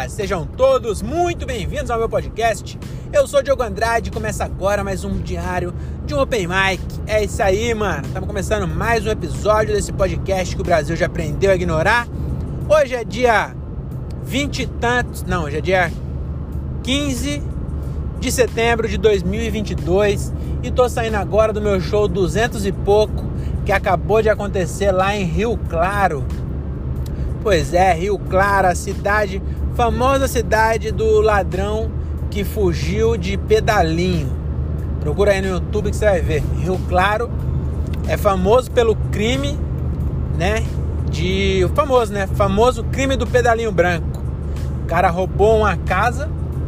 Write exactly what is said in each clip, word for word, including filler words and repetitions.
Opa! Sejam todos muito bem-vindos ao meu podcast. Eu sou o Diogo Andrade e começa agora mais um diário de um Open Mic. É isso aí, mano. Estamos começando mais um episódio desse podcast que o Brasil já aprendeu a ignorar. Hoje é dia vinte e tantos... Não, hoje é dia quinze de setembro de dois mil e vinte e dois e tô saindo agora do meu show duzentos e pouco que acabou de acontecer lá em Rio Claro. Pois é, Rio Claro, a cidade, famosa cidade do ladrão que fugiu de pedalinho. Procura aí no YouTube que você vai ver. Rio Claro é famoso pelo crime, né? De, o famoso, né? Famoso crime do pedalinho branco. O cara roubou uma casa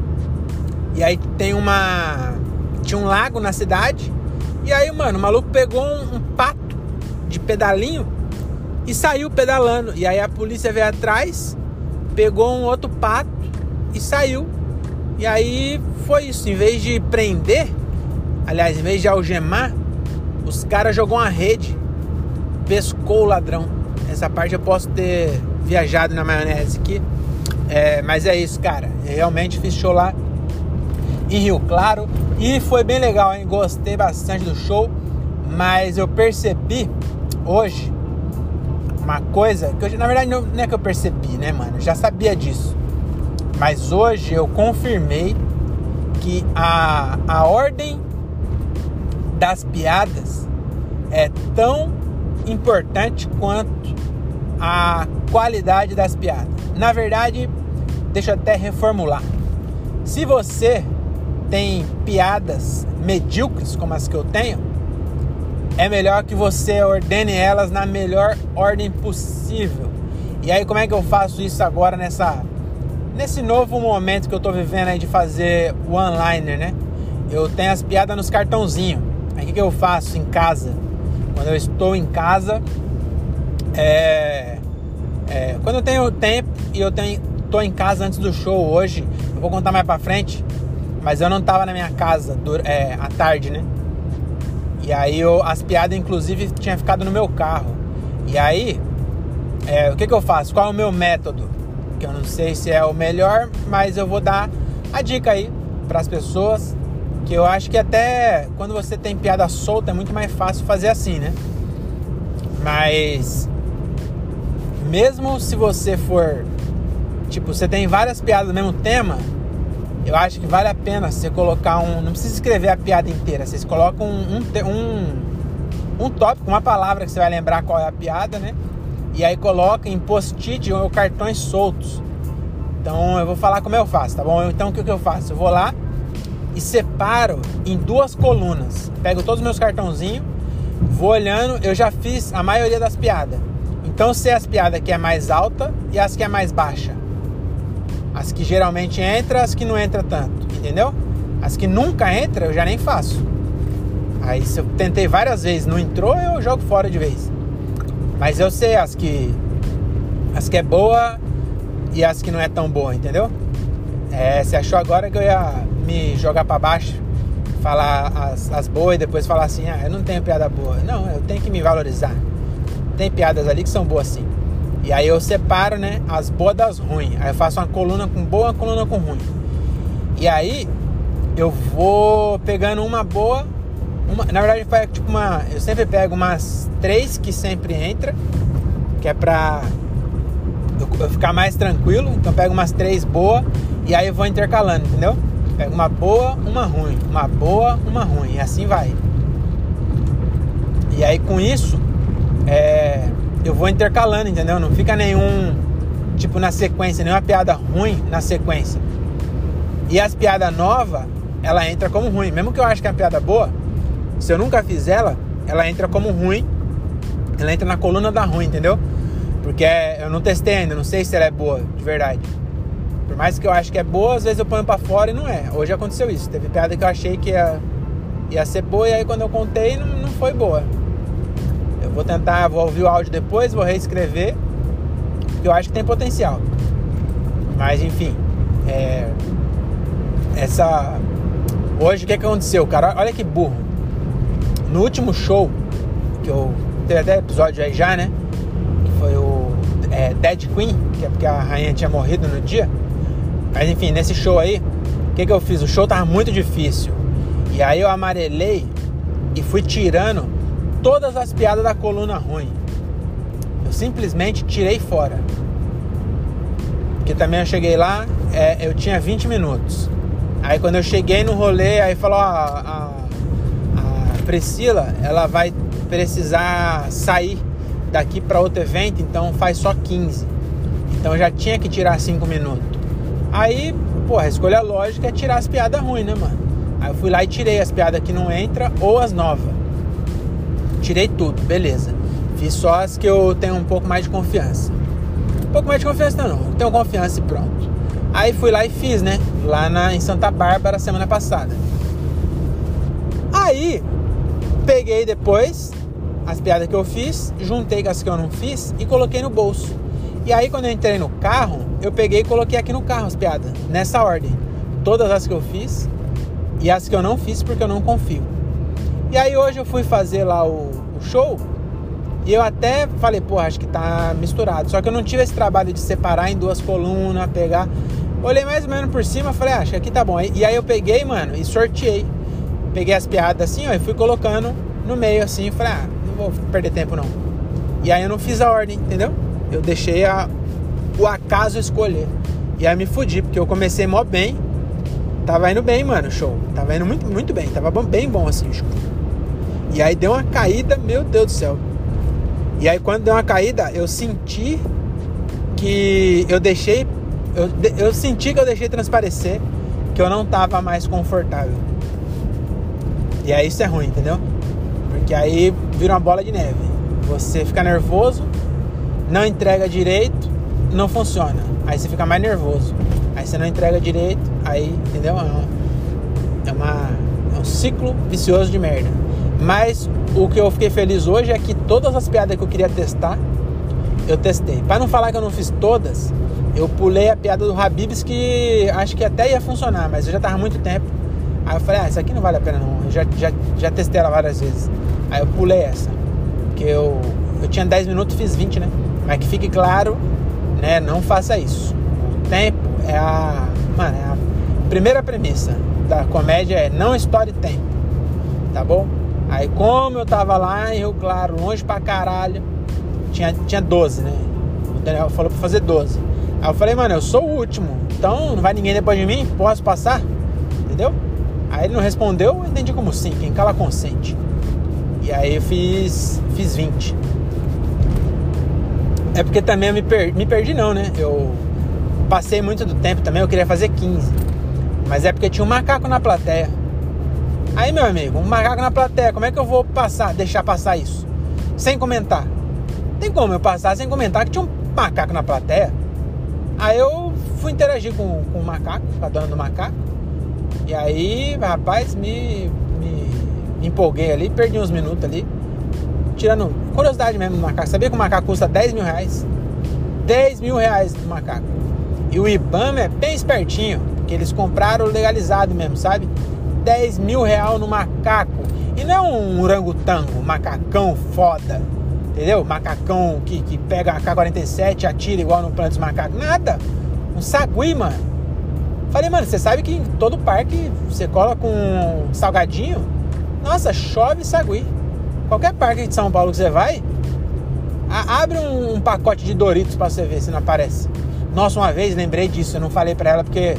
e aí tem uma... Tinha um lago na cidade. E aí, mano, o maluco pegou um, um pato de pedalinho e saiu pedalando. E aí a polícia veio atrás, pegou um outro pato e saiu. E aí foi isso. Em vez de prender, aliás, em vez de algemar, os caras jogou uma rede, pescou o ladrão. Essa parte eu posso ter viajado na maionese aqui. É, mas é isso, cara. Eu realmente fiz show lá em Rio Claro e foi bem legal, hein? Gostei bastante do show. Mas eu percebi hoje uma coisa que eu, na verdade não, não é que eu percebi, né, mano? Eu já sabia disso. Mas hoje eu confirmei que a, a ordem das piadas é tão importante quanto a qualidade das piadas. Na verdade, deixa eu até reformular. Se você tem piadas medíocres como as que eu tenho, é melhor que você ordene elas na melhor ordem possível. E aí, como é que eu faço isso agora nessa, nesse novo momento que eu tô vivendo aí de fazer o one-liner, né? Eu tenho as piadas nos cartãozinhos. Aí o que, que eu faço em casa? Quando eu estou em casa, é, é, quando eu tenho tempo e eu tenho, tô em casa antes do show hoje, eu vou contar mais pra frente, mas eu não tava na minha casa é, à tarde, né? E aí eu, as piadas, inclusive, tinham ficado no meu carro. E aí, é, o que, que eu faço? Qual é o meu método? Que eu não sei se é o melhor, mas eu vou dar a dica aí para as pessoas. Que eu acho que até quando você tem piada solta é muito mais fácil fazer assim, né? Mas mesmo se você for... Tipo, você tem várias piadas do mesmo tema, eu acho que vale a pena você colocar um... Não precisa escrever a piada inteira. Vocês colocam um, um, um, um tópico, uma palavra que você vai lembrar qual é a piada, né? E aí coloca em post-it ou cartões soltos. Então eu vou falar como eu faço, tá bom? Então o que, que eu faço? Eu vou lá e separo em duas colunas. Pego todos os meus cartãozinhos, vou olhando. Eu já fiz a maioria das piadas. Então sei as piadas que é mais alta e as que é mais baixa. As que geralmente entra, as que não entra tanto, entendeu? As que nunca entra, eu já nem faço. Aí se eu tentei várias vezes, não entrou, eu jogo fora de vez. Mas eu sei as que as que é boa e as que não é tão boa, entendeu? É, você achou agora que eu ia me jogar pra baixo, falar as, as boas e depois falar assim, ah, eu não tenho piada boa. Não, eu tenho que me valorizar. Tem piadas ali que são boas sim. E aí eu separo, né, as boas das ruins. Aí eu faço uma coluna com boa, uma coluna com ruim. E aí eu vou pegando uma boa, uma, na verdade foi tipo uma, eu sempre pego umas três que sempre entra, que é pra eu, eu ficar mais tranquilo. Então eu pego umas três boas e aí eu vou intercalando, entendeu? Pego uma boa, uma ruim, uma boa, uma ruim, e assim vai. E aí com isso, é... eu vou intercalando, entendeu? Não fica nenhum, tipo, na sequência, nenhuma piada ruim na sequência. E as piadas novas, ela entra como ruim. Mesmo que eu acho que é uma piada boa, se eu nunca fiz ela, ela entra como ruim. Ela entra na coluna da ruim, entendeu? Porque eu não testei ainda, não sei se ela é boa, de verdade. Por mais que eu acho que é boa, às vezes eu ponho pra fora e não é. Hoje aconteceu isso. Teve piada que eu achei que ia, ia ser boa, e aí quando eu contei, não, não foi boa. Eu vou tentar, vou ouvir o áudio depois, vou reescrever, porque eu acho que tem potencial. Mas enfim, é, essa... Hoje o que, que aconteceu, cara? Olha que burro. No último show, que eu... Teve até episódio aí já, né? Que foi o é, Dead Queen, que é porque a rainha tinha morrido no dia. Mas enfim, nesse show aí, o que que eu fiz? O show tava muito difícil. E aí eu amarelei e fui tirando todas as piadas da coluna ruim. Eu simplesmente tirei fora. Porque também eu cheguei lá, é, eu tinha vinte minutos. Aí quando eu cheguei no rolê, aí falou, ó, a, a Priscila, ela vai precisar sair daqui para outro evento, então faz só quinze. Então eu já tinha que tirar cinco minutos. Aí, porra, a escolha lógica é tirar as piadas ruins, né, mano? Aí eu fui lá e tirei as piadas que não entram ou as novas. Tirei tudo, beleza. Fiz só as que eu tenho um pouco mais de confiança. Um pouco mais de confiança não, eu tenho confiança e pronto. Aí fui lá e fiz, né? Lá na, em Santa Bárbara, semana passada. Aí, peguei depois as piadas que eu fiz, juntei com as que eu não fiz e coloquei no bolso. E aí, quando eu entrei no carro, eu peguei e coloquei aqui no carro as piadas, nessa ordem. Todas as que eu fiz e as que eu não fiz porque eu não confio. E aí, hoje eu fui fazer lá o, o show e eu até falei, pô, acho que tá misturado. Só que eu não tive esse trabalho de separar em duas colunas, pegar... Olhei mais ou menos por cima, falei, ah, acho que aqui tá bom. E aí eu peguei, mano, e sorteei. Peguei as piadas assim, ó, e fui colocando no meio assim, falei, ah, não vou perder tempo não. E aí eu não fiz a ordem, entendeu? Eu deixei a, o acaso escolher. E aí me fudi, porque eu comecei mó bem. Tava indo bem, mano, o show. Tava indo muito, muito bem, tava bem bom assim o show. E aí deu uma caída, meu Deus do céu. E aí quando deu uma caída, eu senti que eu deixei... Eu, eu senti que eu deixei transparecer que eu não tava mais confortável. E aí isso é ruim, entendeu? Porque aí vira uma bola de neve. Você fica nervoso, não entrega direito, não funciona. Aí você fica mais nervoso. Aí você não entrega direito, aí, entendeu? É, uma, é, uma, é um ciclo vicioso de merda. Mas o que eu fiquei feliz hoje é que todas as piadas que eu queria testar, eu testei. Pra não falar que eu não fiz todas, eu pulei a piada do Habib's, que acho que até ia funcionar, mas eu já tava há muito tempo. Aí eu falei, ah, essa aqui não vale a pena não. Eu já, já, já testei ela várias vezes. Aí eu pulei essa. Porque eu, eu tinha dez minutos, fiz vinte, né? Mas que fique claro, né? Não faça isso. O tempo é a... Mano, é a primeira premissa da comédia é não estoure tempo. Tá bom? Aí como eu tava lá em Rio Claro, longe pra caralho, tinha, tinha doze, né? O Daniel falou pra fazer doze. Aí eu falei, mano, eu sou o último, então não vai ninguém depois de mim? Posso passar? Entendeu? Aí ele não respondeu, eu entendi como sim, quem cala consente. E aí eu fiz, fiz vinte. É porque também eu me, per, me perdi não, né? Eu passei muito do tempo também, eu queria fazer quinze. Mas é porque tinha um macaco na plateia. Aí, meu amigo, um macaco na plateia, como é que eu vou passar, deixar passar isso? Sem comentar. Tem como eu passar sem comentar que tinha um macaco na plateia? Aí eu fui interagir com, com o macaco, com a dona do macaco. E aí, rapaz, me, me, me empolguei ali, perdi uns minutos ali. Tirando curiosidade mesmo do macaco. Sabia que o macaco custa dez mil reais? dez mil reais do macaco. E o Ibama é bem espertinho, porque eles compraram legalizado mesmo, sabe? dez mil reais no macaco. E não é um orangotango, um macacão foda. Entendeu? Macacão que, que pega a K quarenta e sete e atira igual no Planeta dos Macacos. Nada. Um sagui, mano. Falei, mano, você sabe que em todo parque você cola com salgadinho? Nossa, chove sagui. Qualquer parque de São Paulo que você vai, a, abre um, um pacote de Doritos pra você ver se não aparece. Nossa, uma vez lembrei disso, eu não falei pra ela porque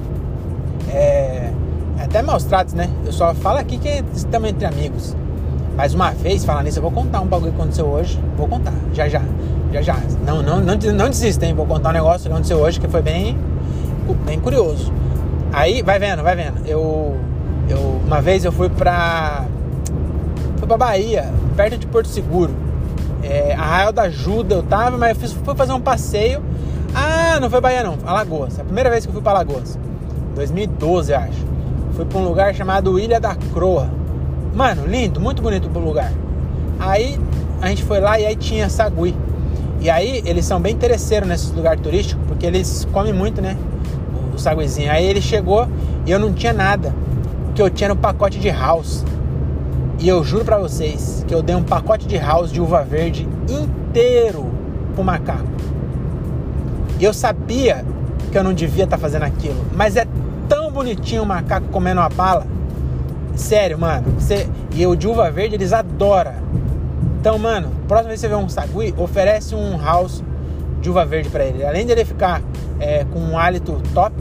é, é até maus tratos, né? Eu só falo aqui que estamos entre amigos. Mas uma vez, falando nisso, eu vou contar um bagulho que aconteceu hoje. Vou contar, já já, já já. Não, não, não, não desista, hein? Vou contar um negócio que aconteceu hoje que foi bem, bem curioso. Aí, vai vendo, vai vendo. Eu, eu, uma vez eu fui pra, fui pra Bahia, perto de Porto Seguro. É, Arraial da Ajuda eu tava, mas eu fiz, fui fazer um passeio. Ah, não foi Bahia não, Alagoas. A primeira vez que eu fui pra Alagoas. dois mil e doze, eu acho. Fui pra um lugar chamado Ilha da Croa. Mano, lindo, muito bonito o lugar. Aí a gente foi lá e aí tinha sagui. E aí eles são bem interesseiros nesses lugares turísticos, porque eles comem muito, né? O saguizinho. Aí ele chegou e eu não tinha nada, que eu tinha no pacote de house. E eu juro pra vocês que eu dei um pacote de house de uva verde inteiro pro macaco. E eu sabia que eu não devia estar fazendo aquilo. Mas é tão bonitinho o macaco comendo uma bala. Sério, mano. Você... E o de uva verde, eles adoram. Então, mano, próxima vez que você vê um sagui, oferece um house de uva verde pra ele. Além dele ficar é, com um hálito top,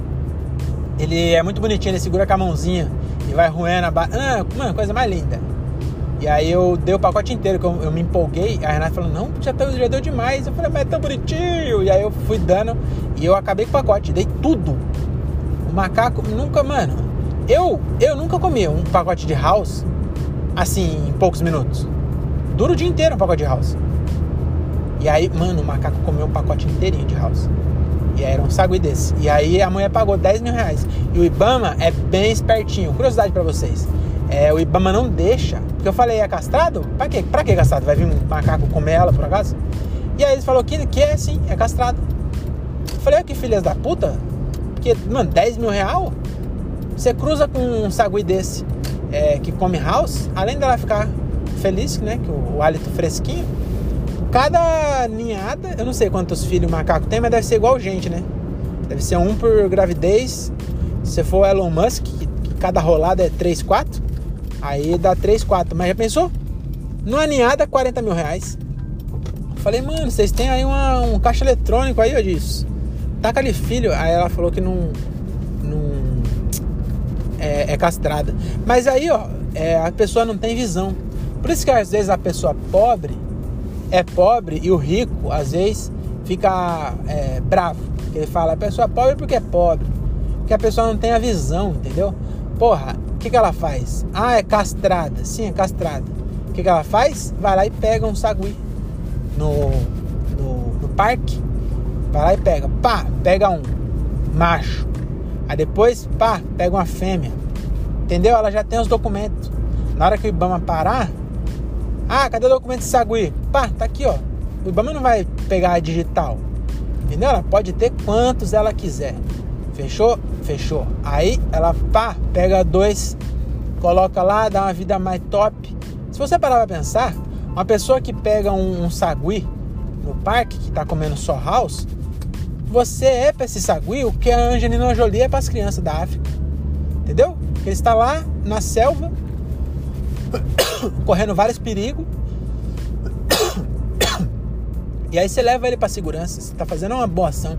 ele é muito bonitinho. Ele segura com a mãozinha e vai roendo a bala. Ah, mano, coisa mais linda. E aí eu dei o pacote inteiro, que eu, eu me empolguei. A Renata falou, não, já, tá, já deu demais. Eu falei, mas é tão bonitinho. E aí eu fui dando e eu acabei com o pacote. Dei tudo. O macaco nunca, mano. Eu, eu nunca comi um pacote de house assim, em poucos minutos. Dura o dia inteiro um pacote de house. E aí, mano, o macaco comeu um pacote inteirinho de house. E aí era um sagui desse. E aí a mulher pagou dez mil reais. E o Ibama é bem espertinho. Curiosidade pra vocês. É, o Ibama não deixa. Porque eu falei, é castrado? Pra quê? Pra que castrado? Vai vir um macaco comer ela, por acaso? E aí eles falaram que, que é sim, é castrado. Eu falei, olha que filhas da puta. Porque, mano, dez mil real? Você cruza com um sagui desse é, que come house, além dela ficar feliz, né? Que o, o hálito fresquinho. Cada ninhada, eu não sei quantos filhos o macaco tem, mas deve ser igual gente, né? Deve ser um por gravidez. Se for o Elon Musk, que, que cada rolada é três, quatro, aí dá três, quatro. Mas já pensou? Numa ninhada, quarenta mil reais. Falei, mano, vocês têm aí uma, um caixa eletrônico aí, ó, disso. Taca ali, filho. Aí ela falou que não... não é, é castrada. Mas aí, ó, é, a pessoa não tem visão. Por isso que às vezes a pessoa pobre é pobre e o rico, às vezes, fica é, bravo. Ele fala, a pessoa é pobre porque é pobre. Porque a pessoa não tem a visão, entendeu? Porra, o que, que ela faz? Ah, é castrada. Sim, é castrada. O que, que ela faz? Vai lá e pega um sagui no, no, no parque. Vai lá e pega. Pá, pega um macho. Aí depois, pá, pega uma fêmea. Entendeu? Ela já tem os documentos. Na hora que o Ibama parar... Ah, cadê o documento de sagui? Pá, tá aqui, ó. O Ibama não vai pegar a digital. Entendeu? Ela pode ter quantos ela quiser. Fechou? Fechou. Aí ela, pá, pega dois, coloca lá, dá uma vida mais top. Se você parar pra pensar, uma pessoa que pega um, um sagui no parque, que tá comendo só house, você é pra esse sagui o que a Angelina Jolie é pras crianças da África. Entendeu? Porque ele está lá na selva, correndo vários perigos. E aí você leva ele pra segurança. Você tá fazendo uma boa ação.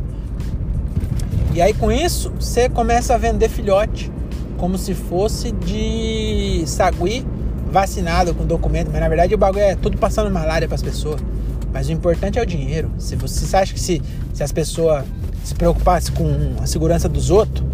E aí com isso você começa a vender filhote como se fosse de sagui vacinado com documento. Mas na verdade o bagulho é tudo passando malária pras pessoas. Mas o importante é o dinheiro. Se você, você acha que se, se as pessoas se preocupassem com a segurança dos outros,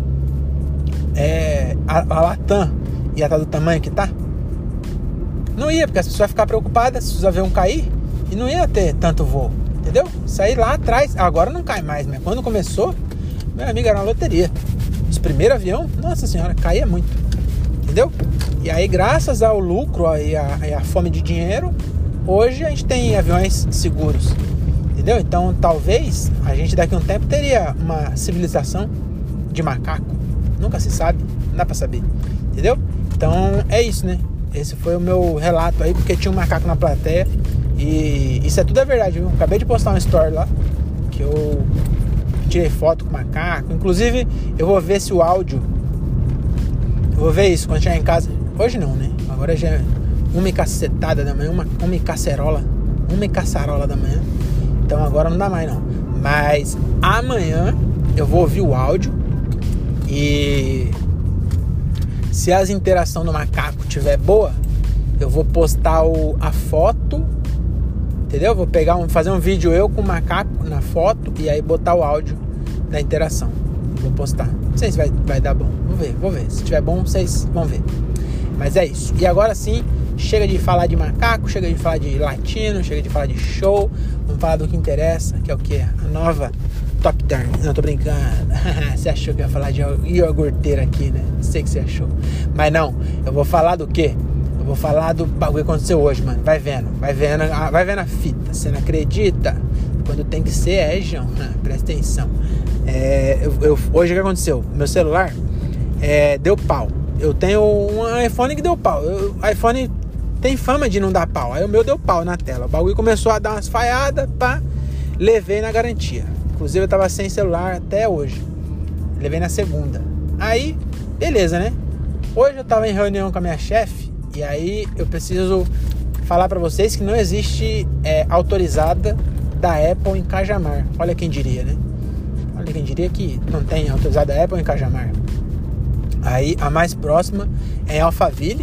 é, a, a Latam ia estar do tamanho que tá? Não ia, porque as pessoas iam ficar preocupadas se os aviões cair e não ia ter tanto voo, entendeu? Sair lá atrás, agora não cai mais, mas quando começou, meu amigo, era uma loteria. Os primeiros aviões, nossa senhora, caía muito, entendeu? E aí, graças ao lucro e a, e a fome de dinheiro, hoje a gente tem aviões seguros, entendeu? Então, talvez a gente daqui a um tempo teria uma civilização de macaco. Nunca se sabe, não dá pra saber, entendeu? Então, é isso, né? Esse foi o meu relato aí, porque tinha um macaco na plateia. E isso é tudo é verdade, viu? Acabei de postar uma story lá, que eu tirei foto com o macaco. Inclusive, eu vou ver se o áudio... Eu vou ver isso quando chegar em casa. Hoje não, né? Agora já é uma e cacetada da manhã, uma, uma e cacerola. Uma e caçarola da manhã. Então agora não dá mais, não. Mas amanhã eu vou ouvir o áudio. E... se as interações do macaco tiver boa, eu vou postar o, a foto, entendeu? Vou pegar um, fazer um vídeo eu com o macaco na foto e aí botar o áudio da interação. Vou postar. Não sei se vai, vai dar bom. Vamos ver, vou ver. Se tiver bom, vocês vão ver. Mas é isso. E agora sim, chega de falar de macaco, chega de falar de latino, chega de falar de show. Vamos falar do que interessa, que é o quê? A nova Top Term. Não, tô brincando. Você achou que eu ia falar de iogurteira aqui, né? Sei que você achou. Mas não, eu vou falar do quê? Eu vou falar do bagulho que aconteceu hoje, mano. Vai vendo, vai vendo, vai vendo a fita. Você não acredita? Quando tem que ser, é, João. Presta atenção. É, eu, eu, hoje o que aconteceu? Meu celular é, deu pau. Eu tenho um iPhone que deu pau. O iPhone tem fama de não dar pau. Aí o meu deu pau na tela. O bagulho começou a dar umas falhadas, pá. Levei na garantia. Inclusive eu tava sem celular até hoje. Levei na segunda. Aí, beleza, né? Hoje eu tava em reunião com a minha chefe. E aí eu preciso falar pra vocês que não existe é, autorizada da Apple em Cajamar. Olha quem diria, né? Olha quem diria que não tem autorizada da Apple em Cajamar. Aí a mais próxima é em Alphaville.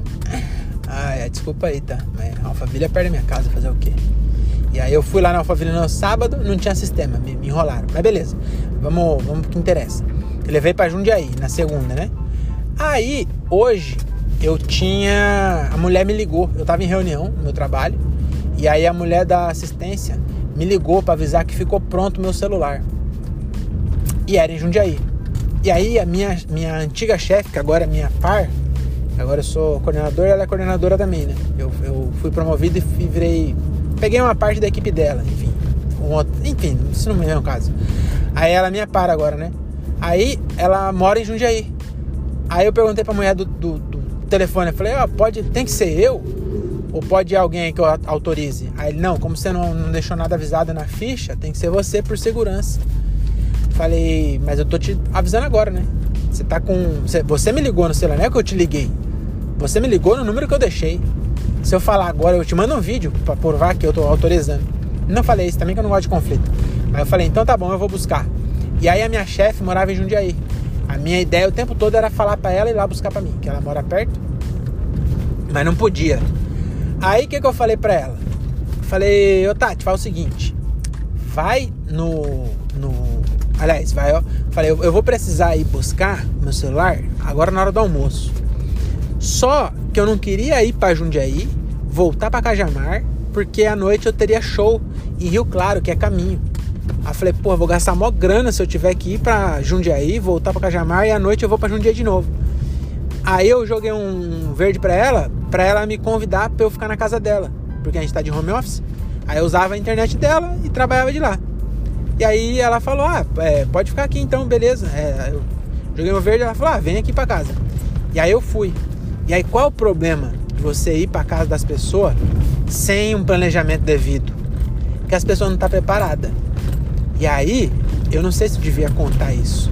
Ah, é, desculpa aí, tá? Mas Alphaville é perto da minha casa, fazer o quê? E aí eu fui lá na Alphaville no sábado, não tinha sistema, me, me enrolaram. Mas beleza, vamos, vamos pro que interessa. Eu levei pra Jundiaí, na segunda, né? Aí, hoje, eu tinha... A mulher me ligou, eu tava em reunião no meu trabalho. E aí a mulher da assistência me ligou pra avisar que ficou pronto o meu celular. E era em Jundiaí. E aí a minha, minha antiga chefe, que agora é minha par... Agora eu sou coordenador e ela é coordenadora também, né? Eu, eu fui promovido e virei... Peguei uma parte da equipe dela, enfim. Um outro, enfim, isso não é o caso. Aí ela me para agora, né? Aí ela mora em Jundiaí. Aí eu perguntei pra mulher do, do, do telefone. Eu falei, ó, oh, pode, tem que ser eu? Ou pode alguém que eu autorize? Aí ele, não, como você não, não deixou nada avisado na ficha, tem que ser você por segurança. Falei, mas eu tô te avisando agora, né? Você tá com... Você, você me ligou no celular, não é que eu te liguei. Você me ligou no número que eu deixei. Se eu falar agora, eu te mando um vídeo pra provar que eu tô autorizando. Não falei isso também, que eu não gosto de conflito. Mas eu falei, então tá bom, eu vou buscar. E aí a minha chefe morava em Jundiaí. A minha ideia o tempo todo era falar pra ela ir lá buscar pra mim, que ela mora perto. Mas não podia. Aí o que, que eu falei pra ela? Falei, ô Tati, faz o seguinte. Vai no... no aliás, vai, ó. Falei, eu, eu vou precisar ir buscar meu celular agora na hora do almoço. Só que eu não queria ir pra Jundiaí, voltar pra Cajamar, porque à noite eu teria show em Rio Claro, que é caminho. Aí eu falei, pô, eu vou gastar mó grana se eu tiver que ir pra Jundiaí, voltar pra Cajamar, e à noite eu vou pra Jundiaí de novo. Aí eu joguei um verde pra ela, pra ela me convidar pra eu ficar na casa dela, porque a gente tá de home office. Aí eu usava a internet dela e trabalhava de lá. E aí ela falou, ah, é, pode ficar aqui então, beleza. É, eu joguei um verde, ela falou, ah, vem aqui pra casa. E aí eu fui. E aí qual é o problema de você ir pra casa das pessoas sem um planejamento devido? Que as pessoas não estão preparadas. E aí, eu não sei se eu devia contar isso.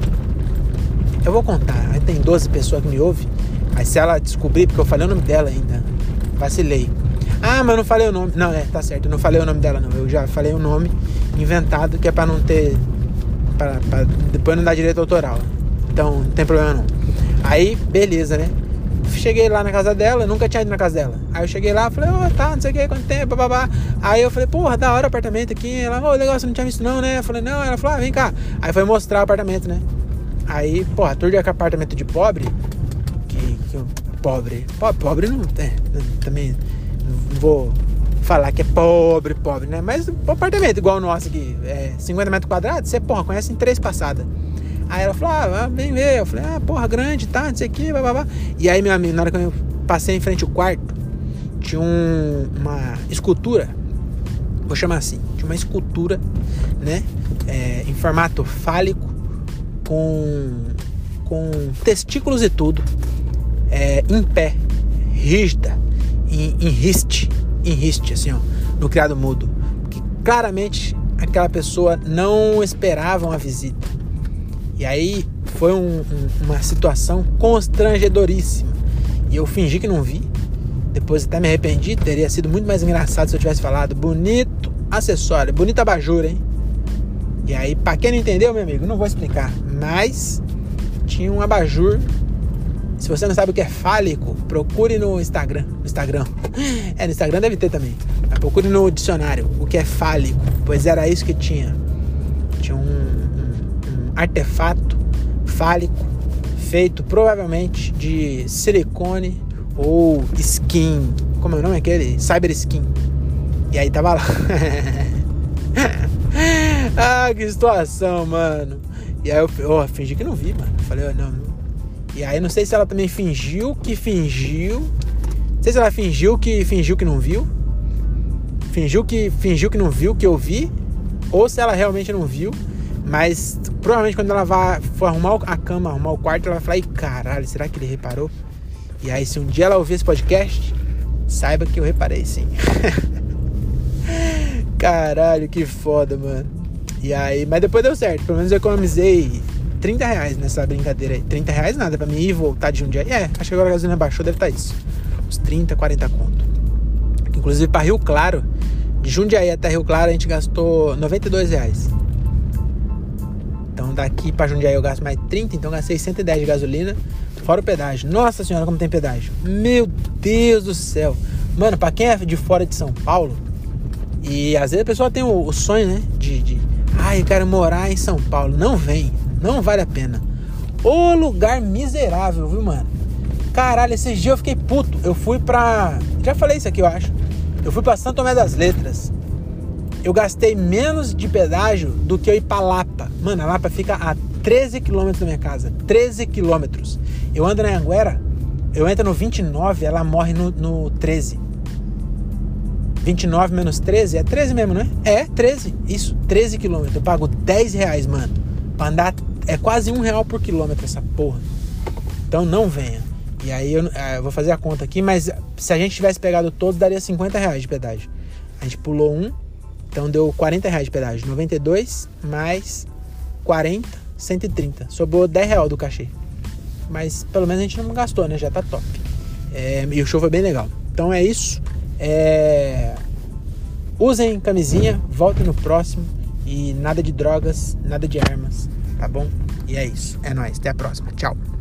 Eu vou contar. Aí tem doze pessoas que me ouvem. Aí se ela descobrir, porque eu falei o nome dela ainda, vacilei. Ah, mas eu não falei o nome. Não, é, tá certo, eu não falei o nome dela não. Eu já falei o nome inventado, que é pra não ter... Pra, pra depois não dar direito autoral. Então, não tem problema não. Aí, beleza, né? Cheguei lá na casa dela, nunca tinha ido na casa dela. Aí eu cheguei lá, falei, ó, oh, tá, não sei o que, quanto tempo, babá. Aí eu falei, porra, da hora o apartamento aqui. Ela, ô, oh, legal, você não tinha visto não, né? Eu falei, não. Ela falou, ah, vem cá. Aí foi mostrar o apartamento, né? Aí, porra, tudo é que apartamento de pobre. Que, que pobre. Pobre, pobre não, é, também não vou falar que é pobre, pobre, né? Mas um apartamento igual o nosso aqui, é cinquenta metros quadrados, você, porra, conhece em três passadas. Aí ela falou, ah, vem ver. Eu falei, ah, porra, grande, tá, não sei o que, babá. E aí, meu amigo, na hora que eu passei em frente ao quarto, tinha um, uma escultura, vou chamar assim, tinha uma escultura, né, é, em formato fálico, com, com testículos e tudo, é, em pé, rígida, em, em riste, em riste, assim, ó, no criado mudo. Que claramente aquela pessoa não esperava uma visita. E aí foi um, um, uma situação constrangedoríssima. E eu fingi que não vi. Depois até me arrependi. Teria sido muito mais engraçado se eu tivesse falado. Bonito acessório, bonita abajur, hein? E aí, pra quem não entendeu, meu amigo, não vou explicar. Mas tinha um abajur. Se você não sabe o que é fálico, procure no Instagram. No Instagram. É, no Instagram deve ter também. Mas procure no dicionário o que é fálico. Pois era isso que tinha. Tinha um artefato fálico feito provavelmente de silicone ou skin, como é o nome aquele? Cyber skin. E aí tava lá. Ah, que situação, mano. E aí eu oh, fingi que não vi, mano. Falei, oh, não, não. E aí não sei se ela também fingiu que fingiu. Não sei se ela fingiu que fingiu que não viu. Fingiu que fingiu que não viu que eu vi. Ou se ela realmente não viu. Mas provavelmente quando ela vai, for arrumar a cama, arrumar o quarto, ela vai falar, ih, caralho, será que ele reparou? E aí se um dia ela ouvir esse podcast, saiba que eu reparei sim. Caralho, que foda, mano. E aí, mas depois deu certo. Pelo menos eu economizei trinta reais nessa brincadeira aí. trinta reais nada pra mim ir e voltar de Jundiaí. É, acho que agora a gasolina baixou, deve estar isso. Uns trinta, quarenta conto. Inclusive pra Rio Claro, de Jundiaí até Rio Claro, a gente gastou noventa e dois reais. Então daqui pra Jundiaí eu gasto mais trinta, então gastei cento e dez de gasolina, fora o pedágio. Nossa senhora, como tem pedágio. Meu Deus do céu. Mano, pra quem é de fora de São Paulo, e às vezes a pessoa tem o, o sonho, né, de, de... Ai, eu quero morar em São Paulo. Não vem, não vale a pena. Ô lugar miserável, viu, mano? Caralho, esses dias eu fiquei puto. Eu fui pra... Já falei isso aqui, eu acho. Eu fui pra Santo Tomé das Letras. Eu gastei menos de pedágio do que eu ir pra Lapa. Mano, a Lapa fica a treze quilômetros da minha casa. treze quilômetros. Eu ando na Anguera, eu entro no vinte e nove, ela morre no, no treze. vinte e nove menos treze, é treze mesmo, né? É, treze. Isso, treze quilômetros. Eu pago dez reais, mano. Pra andar, é quase um real por quilômetro essa porra. Então não venha. E aí eu, eu vou fazer a conta aqui, mas se a gente tivesse pegado todos, daria cinquenta reais de pedágio. A gente pulou um, então deu quarenta reais de pedágio. noventa e dois mais quarenta, cento e trinta. Sobrou dez reais do cachê. Mas pelo menos a gente não gastou, né? Já tá top. É, e o show foi bem legal. Então é isso. É... Usem camisinha, voltem no próximo. E nada de drogas, nada de armas, tá bom? E é isso. É nóis. Até a próxima. Tchau.